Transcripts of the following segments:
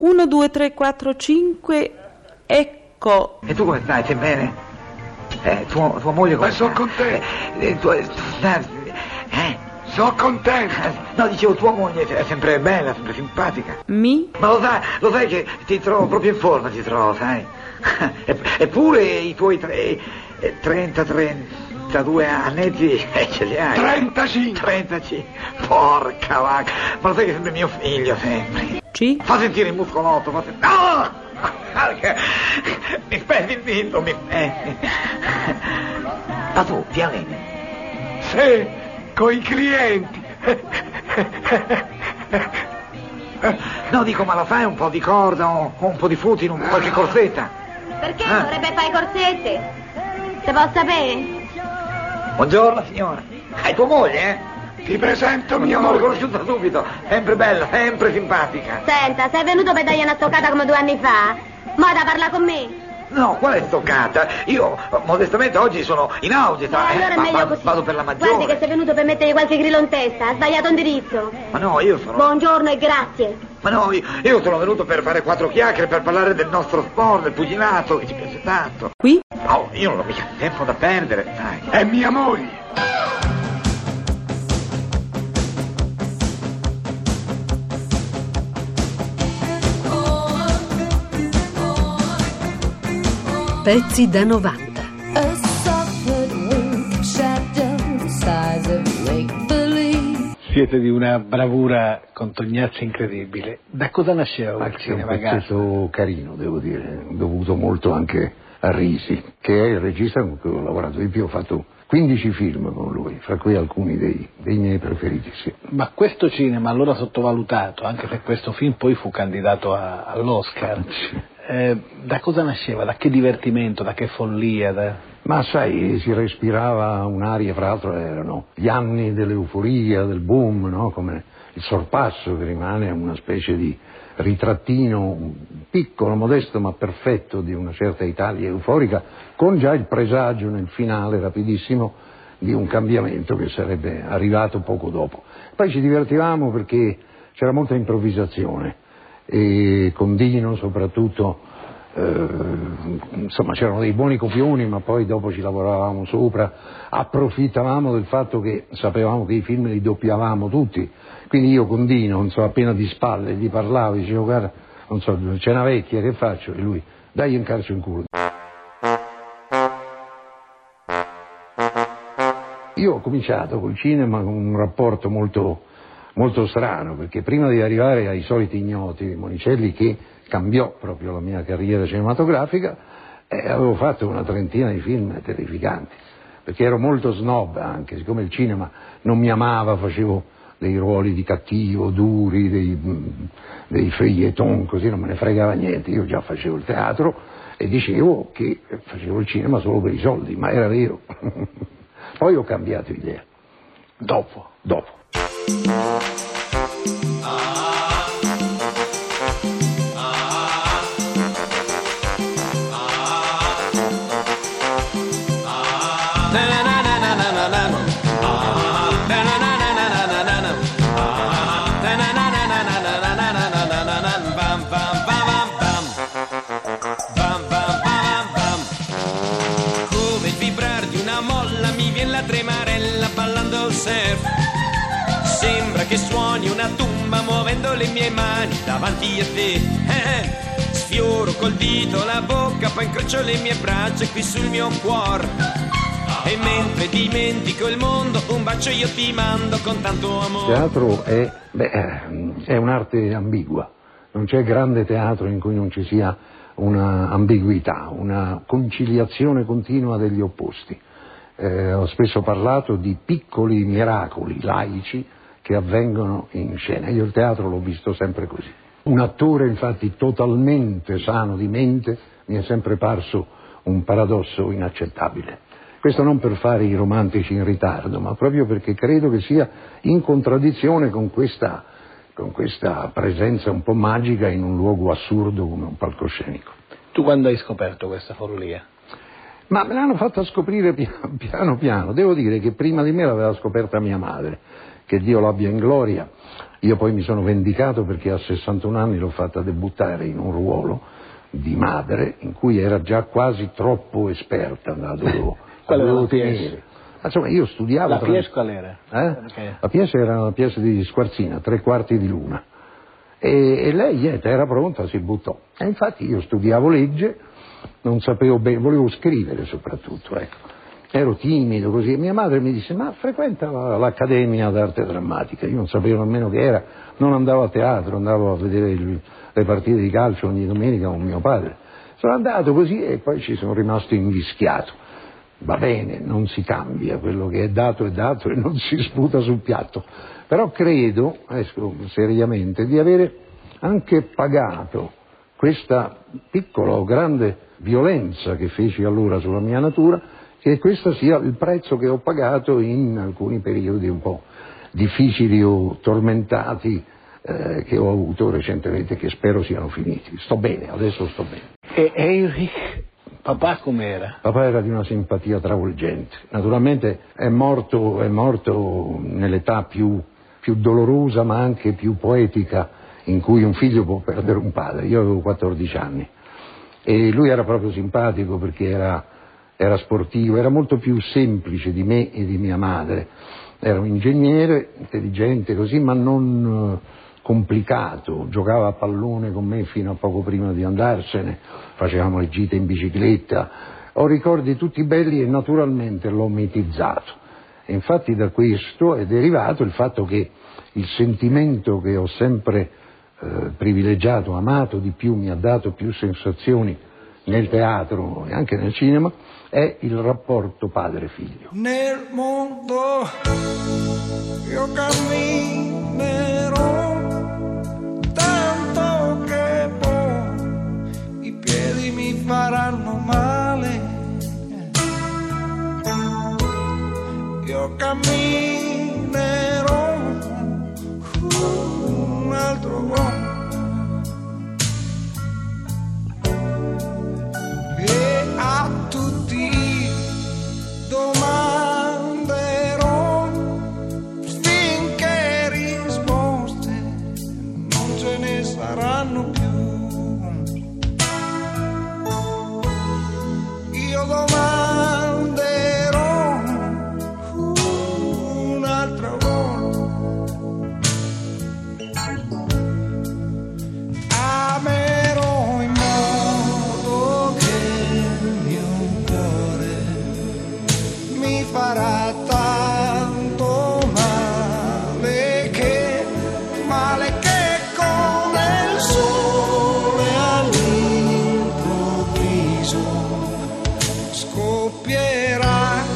1, 2, 3, 4, 5, ecco. E tu come stai? Stai bene? Tua moglie come sta? Ma sono contento. Sono contento. No, dicevo, tua moglie è sempre bella, sempre simpatica. Mi? Ma lo sai che ti trovo proprio in forma, ti trovo, sai? Eppure i tuoi 32 annetti ce li hai. 35. Porca vacca. Ma lo sai che è sempre mio figlio, sempre. Ci? Fa sentire il muscolotto, fa sentire... No! Mi spendi il dito, mi spendi. Ma tu ti alleni? Sì, coi clienti. No, dico, ma lo fai un po' di corda o un po' di footing, qualche corsetta? Perché dovrebbe fare corsette? Se posso sapere? Buongiorno, signora. È tua moglie, eh? Ti presento Non mia l'ho moglie. riconosciuta subito. Sempre bella, sempre simpatica. Senta, sei venuto per dargli una stoccata come 2 anni fa? Ma da parlare con me? No, qual è stoccata? Io, modestamente, oggi sono in audita. Allora è meglio così. Vado per la maggiore. Guardi che sei venuto per mettergli qualche grillo in testa, ha sbagliato indirizzo. Ma no, io sono... Buongiorno e grazie. Ma no, io sono venuto per fare 4 chiacchiere, per parlare del nostro sport, del pugilato, che ci piace tanto. Qui? No, io non ho mica tempo da perdere, sai. È mia moglie. Pezzi da 90. Siete di una bravura con Tognazzi incredibile. Da cosa nasceva il È un cinema pezzetto carino, devo dire, dovuto molto anche a Risi, che è il regista con cui ho lavorato di più. Ho fatto 15 film con lui, fra cui alcuni dei miei preferiti, sì. Ma questo cinema, allora sottovalutato, anche se questo film poi fu candidato all'Oscar, da cosa nasceva? Da che divertimento, da che follia? Ma sai, si respirava un'aria, fra l'altro erano gli anni dell'euforia, del boom, no? Come il Sorpasso, che rimane una specie di ritrattino piccolo, modesto ma perfetto di una certa Italia euforica, con già il presagio nel finale rapidissimo di un cambiamento che sarebbe arrivato poco dopo. Poi ci divertivamo perché c'era molta improvvisazione e con Dino soprattutto, insomma c'erano dei buoni copioni, ma poi dopo ci lavoravamo sopra, approfittavamo del fatto che sapevamo che i film li doppiavamo tutti, quindi io con Dino, non so, appena di spalle gli parlavo, dicevo guarda, non so, c'è una vecchia, che faccio? E lui, dai un calcio in culo. Io ho cominciato col cinema con un rapporto molto strano, perché prima di arrivare ai Soliti Ignoti di Monicelli, che cambiò proprio la mia carriera cinematografica, avevo fatto una trentina di film terrificanti, perché ero molto snob anche, siccome il cinema non mi amava, facevo dei ruoli di cattivo, duri, dei feuilleton, così non me ne fregava niente, io già facevo il teatro e dicevo che facevo il cinema solo per i soldi, ma era vero. Poi ho cambiato idea. Dopo. Come il vibrare di una molla mi viene la tremarella ballando il surf. Sembra che suoni una tumba muovendo le mie mani davanti a te. Sfioro col dito la bocca, poi incrocio le mie braccia qui sul mio cuore. E mentre dimentico il mondo, un bacio io ti mando con tanto amore. Il teatro è un'arte ambigua, non c'è grande teatro in cui non ci sia una ambiguità, una conciliazione continua degli opposti. Ho spesso parlato di piccoli miracoli laici che avvengono in scena. Io il teatro l'ho visto sempre così. Un attore infatti totalmente sano di mente mi è sempre parso un paradosso inaccettabile. Questo non per fare i romantici in ritardo, ma proprio perché credo che sia in contraddizione con questa presenza un po' magica in un luogo assurdo come un palcoscenico. Tu quando hai scoperto questa follia? Ma me l'hanno fatta scoprire piano piano. Devo dire che prima di me l'aveva scoperta mia madre, che Dio l'abbia in gloria. Io poi mi sono vendicato perché a 61 anni l'ho fatta debuttare in un ruolo di madre in cui era già quasi troppo esperta, la dovevo tenere. Insomma, io studiavo... La pièce qual era? La pièce era una pièce di Squarzina, 3/4 di luna. E lei niente, era pronta, si buttò. E infatti io studiavo legge, non sapevo bene, volevo scrivere soprattutto, ecco. Ero timido così, e mia madre mi disse: ma frequenta l'Accademia d'Arte Drammatica. Io non sapevo nemmeno che era, non andavo a teatro, andavo a vedere le partite di calcio ogni domenica con mio padre. Sono andato così e poi ci sono rimasto invischiato. Va bene, non si cambia, quello che è dato e non si sputa sul piatto. Però credo, seriamente, di avere anche pagato questa piccola o grande violenza che feci allora sulla mia natura, che questo sia il prezzo che ho pagato in alcuni periodi un po' difficili o tormentati che ho avuto recentemente, che spero siano finiti. Sto bene, adesso sto bene. E Heinrich, papà com'era? Papà era di una simpatia travolgente. Naturalmente è morto nell'età più dolorosa ma anche più poetica in cui un figlio può perdere un padre. Io avevo 14 anni e lui era proprio simpatico perché era sportivo, era molto più semplice di me e di mia madre. Era un ingegnere, intelligente così, ma non complicato. Giocava a pallone con me fino a poco prima di andarsene, facevamo le gite in bicicletta. Ho ricordi tutti belli e naturalmente l'ho mitizzato. E infatti da questo è derivato il fatto che il sentimento che ho sempre privilegiato, amato di più, mi ha dato più sensazioni nel teatro e anche nel cinema, è il rapporto padre-figlio. Nel mondo io camminerò tanto che poi i piedi mi faranno male. Io camminerò un altro uomo e a tutti domanderò finché risposte non ce ne saranno più. Io domanderò un'altra volta, amerò in modo che il mio cuore mi farà tanto male che con il sole all'improvviso scoppierà.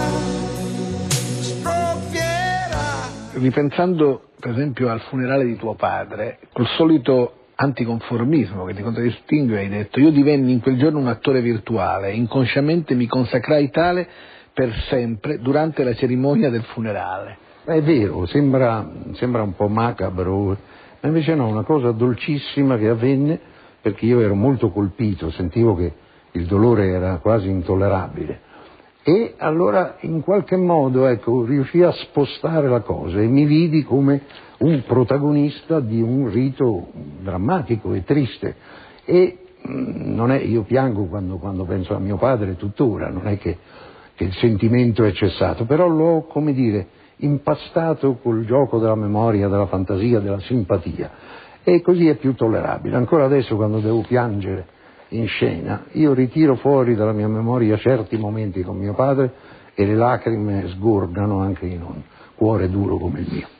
Ripensando per esempio al funerale di tuo padre, col solito anticonformismo che ti contraddistingue, hai detto: io divenni in quel giorno un attore virtuale, inconsciamente mi consacrai tale per sempre durante la cerimonia del funerale. È vero, sembra un po' macabro, ma invece no, una cosa dolcissima che avvenne, perché io ero molto colpito, sentivo che il dolore era quasi intollerabile. E allora in qualche modo riuscii a spostare la cosa e mi vidi come un protagonista di un rito drammatico e triste. E io piango quando penso a mio padre tuttora, non è che il sentimento è cessato, però l'ho, come dire, impastato col gioco della memoria, della fantasia, della simpatia, e così è più tollerabile. Ancora adesso quando devo piangere in scena, io ritiro fuori dalla mia memoria certi momenti con mio padre e le lacrime sgorgano anche in un cuore duro come il mio.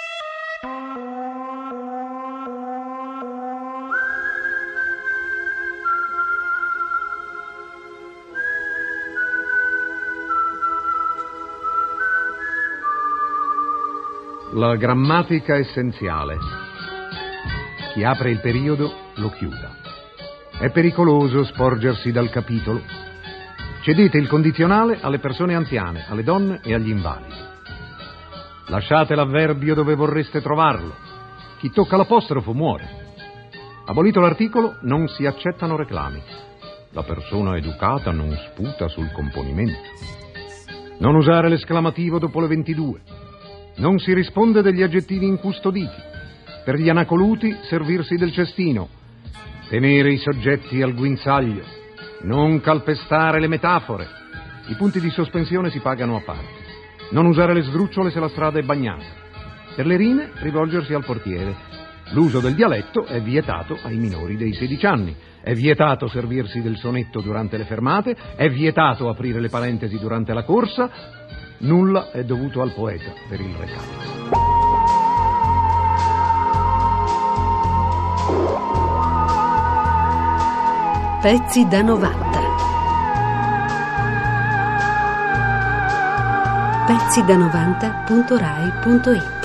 La grammatica essenziale. Chi apre il periodo lo chiuda. È pericoloso sporgersi dal capitolo. Cedete il condizionale alle persone anziane, alle donne e agli invalidi. Lasciate l'avverbio dove vorreste trovarlo. Chi tocca l'apostrofo muore. Abolito l'articolo, non si accettano reclami. La persona educata non sputa sul componimento. Non usare l'esclamativo dopo le 22. Non si risponde degli aggettivi incustoditi. Per gli anacoluti servirsi del cestino. Tenere i soggetti al guinzaglio. Non calpestare le metafore. I punti di sospensione si pagano a parte. Non usare le sdrucciole se la strada è bagnata. Per le rime rivolgersi al portiere. L'uso del dialetto è vietato ai minori dei 16 anni. È vietato servirsi del sonetto durante le fermate. È vietato aprire le parentesi durante la corsa. Nulla è dovuto al poeta per il recapito. Pezzi da 90. Pezzi da 90.rai.it